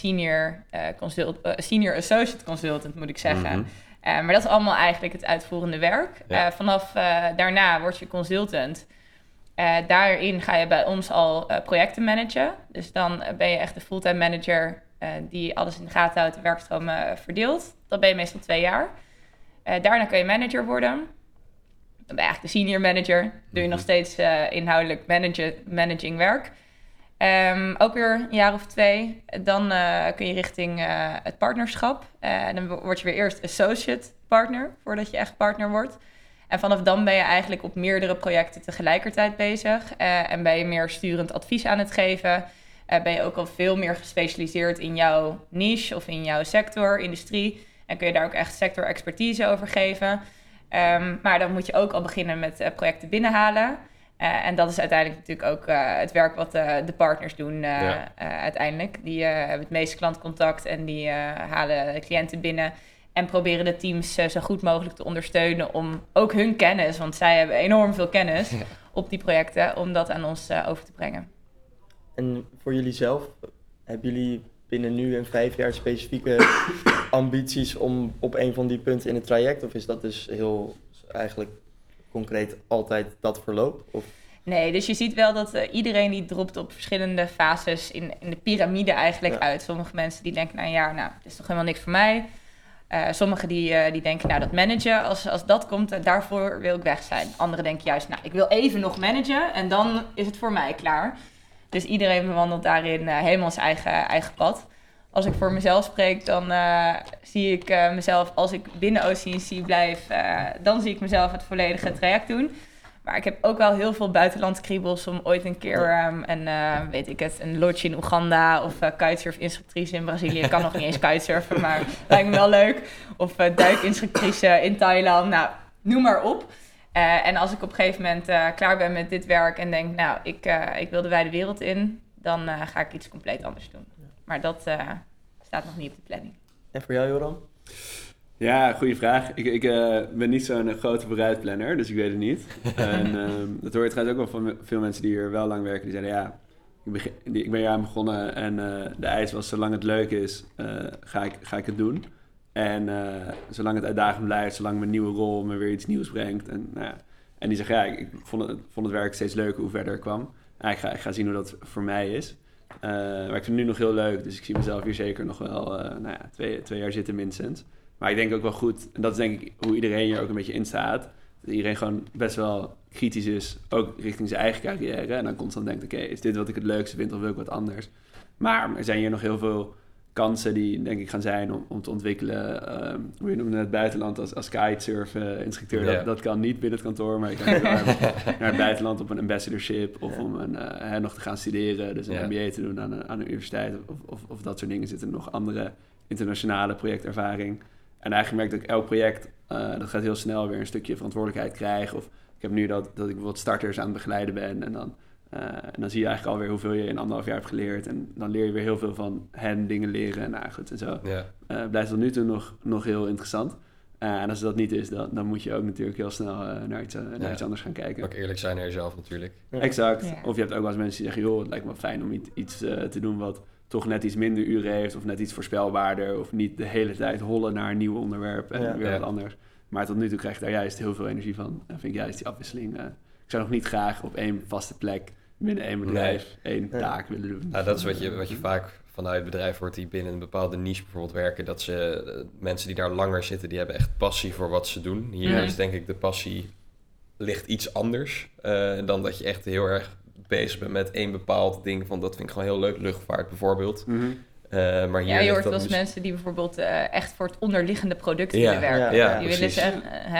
senior associate consultant, moet ik zeggen. Mm-hmm. Maar dat is allemaal eigenlijk het uitvoerende werk. Ja. Vanaf daarna word je consultant. Daarin ga je bij ons al projecten managen. Dus dan ben je echt de fulltime manager die alles in de gaten houdt, de werkstromen verdeelt. Dat ben je meestal 2 jaar. Daarna kun je manager worden. Dan ben je eigenlijk de senior manager. Doe je nog steeds inhoudelijk managing werk. Ook weer een jaar of 2. Dan kun je richting het partnerschap. Dan word je weer eerst associate partner, voordat je echt partner wordt. En vanaf dan ben je eigenlijk op meerdere projecten tegelijkertijd bezig. En ben je meer sturend advies aan het geven. Ben je ook al veel meer gespecialiseerd in jouw niche of in jouw sector, industrie. En kun je daar ook echt sector expertise over geven. Maar dan moet je ook al beginnen met projecten binnenhalen. En dat is uiteindelijk natuurlijk ook het werk wat de partners doen uiteindelijk. Die hebben het meeste klantcontact en die halen de cliënten binnen. En proberen de teams zo goed mogelijk te ondersteunen om ook hun kennis, want zij hebben enorm veel kennis op die projecten, om dat aan ons over te brengen. En voor jullie zelf, hebben jullie binnen nu en 5 jaar specifieke ambities om op een van die punten in het traject? Of is dat dus heel eigenlijk concreet altijd dat verloop? Of? Nee, dus je ziet wel dat iedereen die dropt op verschillende fases in de piramide eigenlijk uit. Sommige mensen die denken na een jaar, nou, het is toch helemaal niks voor mij. Sommigen die denken, nou, dat managen, als dat komt, daarvoor wil ik weg zijn. Anderen denken juist, nou, ik wil even nog managen en dan is het voor mij klaar. Dus iedereen bewandelt daarin helemaal zijn eigen pad. Als ik voor mezelf spreek, dan zie ik mezelf, als ik binnen OC&C blijf, dan zie ik mezelf het volledige traject doen. Maar ik heb ook wel heel veel buitenlandskriebels om ooit een keer een lodge in Oeganda of kitesurf-instructrice in Brazilië. Ik kan nog niet eens kitesurfen, maar lijkt me wel leuk. Of duikinstructrice in Thailand, nou, noem maar op. En als ik op een gegeven moment klaar ben met dit werk en denk, nou, ik wil de wijde wereld in, dan ga ik iets compleet anders doen. Maar dat staat nog niet op de planning. En voor jou, Joran? Ja, goede vraag. Ik ben niet zo'n grote vooruitplanner, dus ik weet het niet. En dat hoor je trouwens ook wel van veel mensen die hier wel lang werken. Die zeiden, ja, ik ben hier aan begonnen en de eis was, zolang het leuk is, ga ik het doen. En zolang het uitdagend blijft, zolang mijn nieuwe rol me weer iets nieuws brengt. En die zeggen, ja, ik vond het werk steeds leuker hoe verder ik kwam. Ik ga zien hoe dat voor mij is. Maar ik vind het nu nog heel leuk, dus ik zie mezelf hier zeker nog wel 2 jaar zitten minstens. Maar ik denk ook wel goed, en dat is denk ik hoe iedereen hier ook een beetje in staat, dat iedereen gewoon best wel kritisch is, ook richting zijn eigen carrière. En dan constant denkt, oké, is dit wat ik het leukste vind of wil ik wat anders? Maar er zijn hier nog heel veel kansen die denk ik gaan zijn om te ontwikkelen. Hoe je noemde het buitenland als kitesurf-instructeur. Ja. Dat kan niet binnen het kantoor, maar je kan naar het buitenland op een ambassadorship of om nog te gaan studeren, dus een MBA te doen aan een universiteit of dat soort dingen. Zitten nog andere internationale projectervaring. En eigenlijk merk ik dat elk project, dat gaat heel snel weer een stukje verantwoordelijkheid krijgen. Of ik heb nu dat ik bijvoorbeeld starters aan het begeleiden ben. En dan zie je eigenlijk alweer hoeveel je in 1,5 jaar hebt geleerd. En dan leer je weer heel veel van hen dingen leren. En goed, en zo. Ja. Blijft tot nu toe nog heel interessant. En als dat niet is, dan moet je ook natuurlijk heel snel naar iets anders gaan kijken. Ook eerlijk zijn naar jezelf natuurlijk. Ja. Exact. Ja. Of je hebt ook wel eens mensen die zeggen, joh, het lijkt me fijn om iets te doen wat toch net iets minder uren heeft, of net iets voorspelbaarder, of niet de hele tijd hollen naar een nieuw onderwerp en weer wat anders. Maar tot nu toe krijg ik daar juist heel veel energie van. En vind ik juist die afwisseling. Ik zou nog niet graag op één vaste plek binnen één bedrijf één taak willen doen. Nou, dat is wat je vaak vanuit bedrijven hoort die binnen een bepaalde niche bijvoorbeeld werken, dat mensen die daar langer zitten, die hebben echt passie voor wat ze doen. Hier is denk ik de passie ligt iets anders dan dat je echt heel erg bezig bent met één bepaald ding. Van dat vind ik gewoon heel leuk, luchtvaart bijvoorbeeld. Maar hier je hoort wel eens mensen die bijvoorbeeld echt voor het onderliggende product willen werken. Ja, die willen zeggen,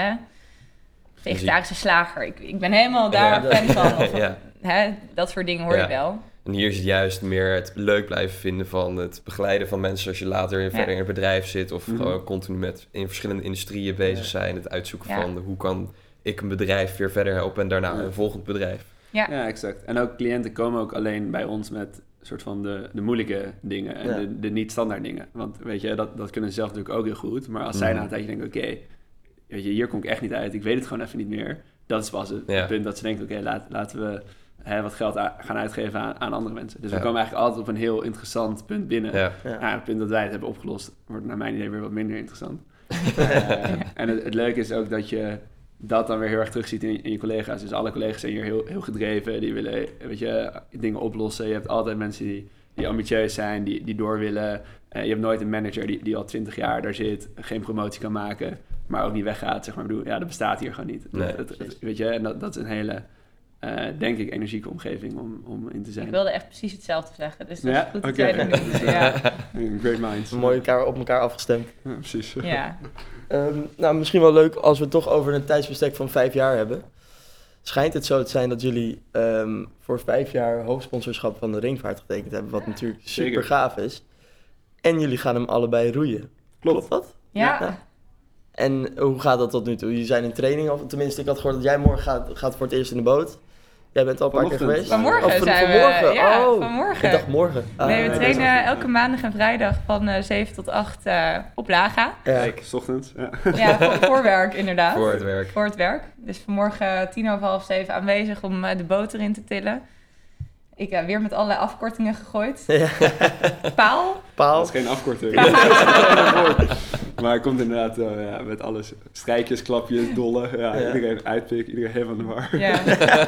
vegetarische slager. Ik ben helemaal daar fan van. Of, dat soort dingen hoor je wel. En hier is het juist meer het leuk blijven vinden van het begeleiden van mensen als je later verder in het bedrijf zit. Of gewoon continu in verschillende industrieën bezig zijn. Het uitzoeken van hoe kan ik een bedrijf weer verder helpen en daarna een volgend bedrijf. Ja, exact. En ook cliënten komen ook alleen bij ons met soort van de moeilijke dingen en de niet-standaard dingen. Want weet je, dat kunnen ze zelf natuurlijk ook heel goed. Maar als zij na een tijdje denken, oké, weet je, hier kom ik echt niet uit. Ik weet het gewoon even niet meer. Dat is pas het punt dat ze denken, oké, laten we wat geld gaan uitgeven aan andere mensen. Dus we komen eigenlijk altijd op een heel interessant punt binnen. Het punt dat wij het hebben opgelost wordt naar mijn idee weer wat minder interessant. En het leuke is ook dat je dat dan weer heel erg terugziet in je collega's. Dus alle collega's zijn hier heel gedreven. Die willen, weet je, dingen oplossen. Je hebt altijd mensen die ambitieus zijn, die door willen. Je hebt nooit een manager die al 20 jaar daar zit, geen promotie kan maken, maar ook niet weggaat. Zeg maar. Ik bedoel, dat bestaat hier gewoon niet. Nee. Weet je, en dat is een hele, denk ik, energieke omgeving om in te zijn. Ik wilde echt precies hetzelfde zeggen. Dus dat is goed dat jij dat noemt. Great minds. Mooi op elkaar afgestemd. Ja, precies. Ja. Nou, misschien wel leuk als we het toch over een tijdsbestek van 5 jaar hebben. Schijnt het zo te zijn dat jullie voor 5 jaar hoofdsponsorschap van de Ringvaart getekend hebben, wat natuurlijk super gaaf is. En jullie gaan hem allebei roeien. Klopt dat? Ja. En hoe gaat dat tot nu toe? Jullie zijn in training, of tenminste, ik had gehoord dat jij morgen gaat voor het eerst in de boot. Jij bent al een paar keer geweest? Vanmorgen zijn we. Ja, vanmorgen. Ik dacht morgen. Nee, we trainen elke maandag en vrijdag van 7 tot 8 op Laga. Kijk, 's ochtends. Voor werk inderdaad. Voor het werk. Dus vanmorgen 7:10 aanwezig om de boot erin te tillen. Ik weer met allerlei afkortingen gegooid. Ja. Paal. Dat is geen afkorting. Maar het komt inderdaad met alles. Strijkjes, klapjes, dollen. Ja. Iedereen uitpikken, iedereen helemaal aan de war. Ja.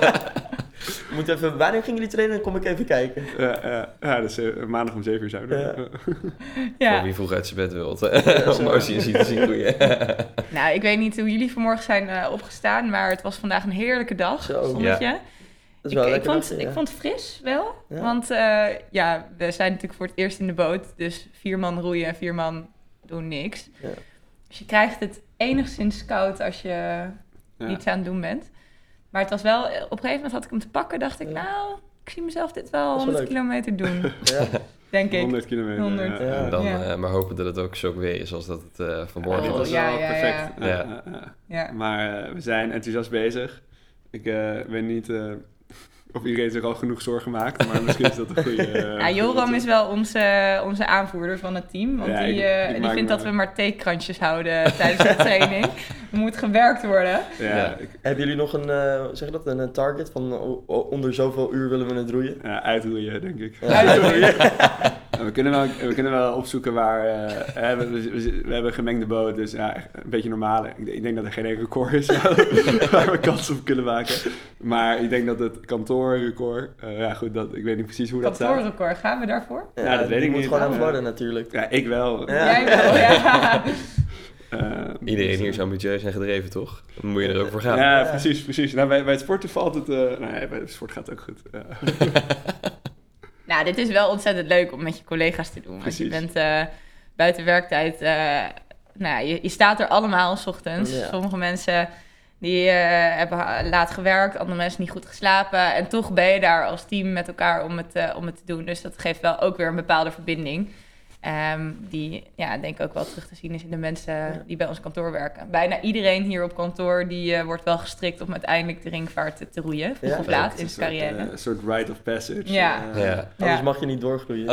Wanneer gingen jullie trainen? Dan kom ik even kijken. Dus maandag om 7 uur zijn we Voor wie vroeg uit zijn bed wilt. Om OCSC te zien groeien. Nou, ik weet niet hoe jullie vanmorgen zijn opgestaan, maar het was vandaag een heerlijke dag. Zonnetje. Dat is wel ik vond het fris wel, want we zijn natuurlijk voor het eerst in de boot, dus 4 man roeien en 4 man doen niks. Ja. Dus je krijgt het enigszins koud als je iets aan het doen bent. Maar het was wel, op een gegeven moment had ik hem te pakken, dacht ik, nou, ik zie mezelf dit wel 100 kilometer doen. Denk ik. 100 kilometer. 100. En dan maar hopen dat het ook zo weer is als dat het vanmorgen was. Perfect. Ja. Maar we zijn enthousiast bezig. Ik weet niet of iedereen zich al genoeg zorgen maakt, maar misschien is dat een goede... Joram is wel onze aanvoerder van het team, want die vindt dat we maar theekrantjes houden tijdens de training. Er moet gewerkt worden. Hebben jullie nog een target van onder zoveel uur willen we het roeien? Ja, uitroeien, denk ik. Uitroeien. We kunnen wel opzoeken waar... we hebben een gemengde boot, dus een beetje normale. Ik denk dat er geen enkel record is waar we kans op kunnen maken. Maar ik denk dat het kantoorrecord... ik weet niet precies hoe dat staat. Kantoorrecord, gaan we daarvoor? Ja, dat weet ik niet. Je moet gewoon aan worden natuurlijk. Ja, ik wel. Jij wel, ja. Iedereen hier is ambitieus en gedreven, toch? Dan moet je er ook voor gaan. Ja, precies. Nou, bij het sporten valt het... bij de sport gaat het ook goed. Ja. Nou, dit is wel ontzettend leuk om met je collega's te doen. Want je bent buiten werktijd... je staat er allemaal 's ochtends. Ja. Sommige mensen die hebben laat gewerkt, andere mensen niet goed geslapen. En toch ben je daar als team met elkaar om het te doen. Dus dat geeft wel ook weer een bepaalde verbinding. Die denk ik ook wel terug te zien is in de mensen die bij ons kantoor werken. Bijna iedereen hier op kantoor die wordt wel gestrikt om uiteindelijk de ringvaart te roeien. Vroeg of laat in zijn carrière. Een soort rite of passage. Anders mag je niet doorgroeien.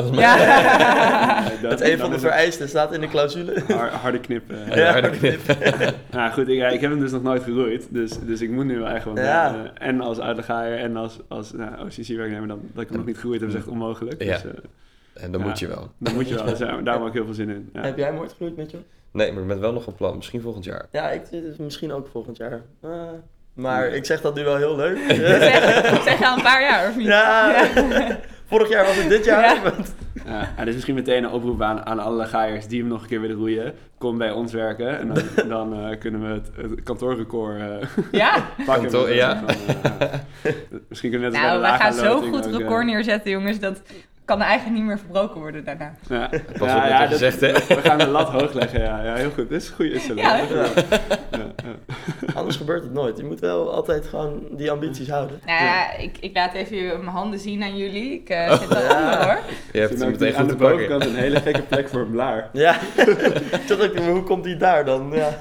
Dat is een van de vereisten, staat in de clausule. Harde knippen. Harde knippen. Nou goed, ik heb hem dus nog nooit geroeid. Dus ik moet nu wel echt wel... en als uitlegaaier en als OCC-werknemer dat ik hem nog niet geroeid heb, is echt onmogelijk. Ja. Dus, en dan moet je wel. Dan moet je wel. Dus daar heb ik heel veel zin in. Ja. Heb jij hem ooit gegroeid met je? Nee, maar ik ben wel nog een plan. Misschien volgend jaar. Ja, misschien ook volgend jaar. Maar ik zeg dat nu wel heel leuk. Zeg je al een paar jaar, of niet? Ja. Vorig jaar was het dit jaar. Dit is misschien meteen een oproep aan alle gaaiers die hem nog een keer willen roeien. Kom bij ons werken en dan kunnen we het kantoorrecord pakken. Misschien kunnen we net als bij de wij gaan zo goed record neerzetten, jongens, dat kan eigenlijk niet meer verbroken worden daarna. Pas op wat je gezegd, hè? We gaan de lat hoog leggen, ja heel goed. Dit is een goede instelling. Anders gebeurt het nooit. Je moet wel altijd gewoon die ambities houden. Ik laat even mijn handen zien aan jullie. Ik zit eronder, hoor. Je hebt het meteen aan goed de te pakken. bovenkant een hele gekke plek voor een blaar. Ja, hoe komt die daar dan? Ja.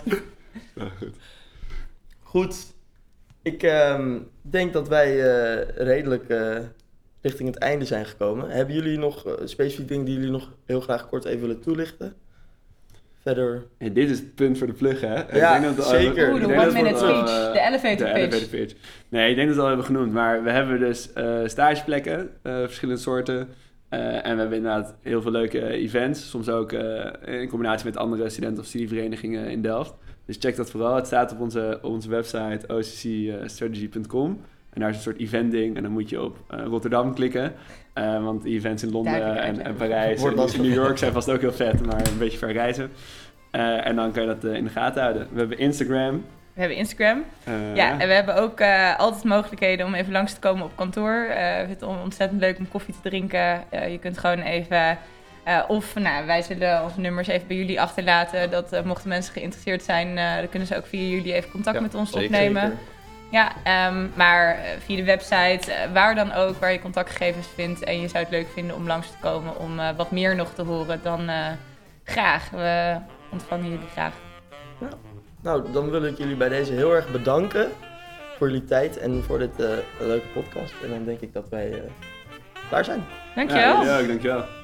Goed. Ik denk dat wij redelijk richting het einde zijn gekomen. Hebben jullie nog specifieke dingen die jullie nog heel graag kort even willen toelichten? Verder... En dit is het punt voor de plug, hè? Ja, ik denk dat zeker. De 1-minute speech, de elevator pitch. Nee, ik denk dat we al hebben genoemd. Maar we hebben dus stageplekken, verschillende soorten. En we hebben inderdaad heel veel leuke events. Soms ook in combinatie met andere studenten- of studieverenigingen in Delft. Dus check dat vooral. Het staat op onze website occstrategy.com. En daar is een soort eventding en dan moet je op Rotterdam klikken. Want die events in Londen en Parijs en New York zijn vast ook heel vet, maar een beetje ver reizen. En dan kan je dat in de gaten houden. We hebben Instagram. En we hebben ook altijd mogelijkheden om even langs te komen op kantoor. Ik vind het ontzettend leuk om koffie te drinken. Je kunt gewoon even... wij zullen onze nummers even bij jullie achterlaten. Dat mochten mensen geïnteresseerd zijn, dan kunnen ze ook via jullie even contact met ons opnemen. Zeker. Ja, maar via de website, waar dan ook, waar je contactgegevens vindt en je zou het leuk vinden om langs te komen om wat meer nog te horen, dan graag. We ontvangen jullie graag. Ja. Nou, dan wil ik jullie bij deze heel erg bedanken voor jullie tijd en voor dit leuke podcast. En dan denk ik dat wij klaar zijn. Dankjewel. Ja, dankjewel.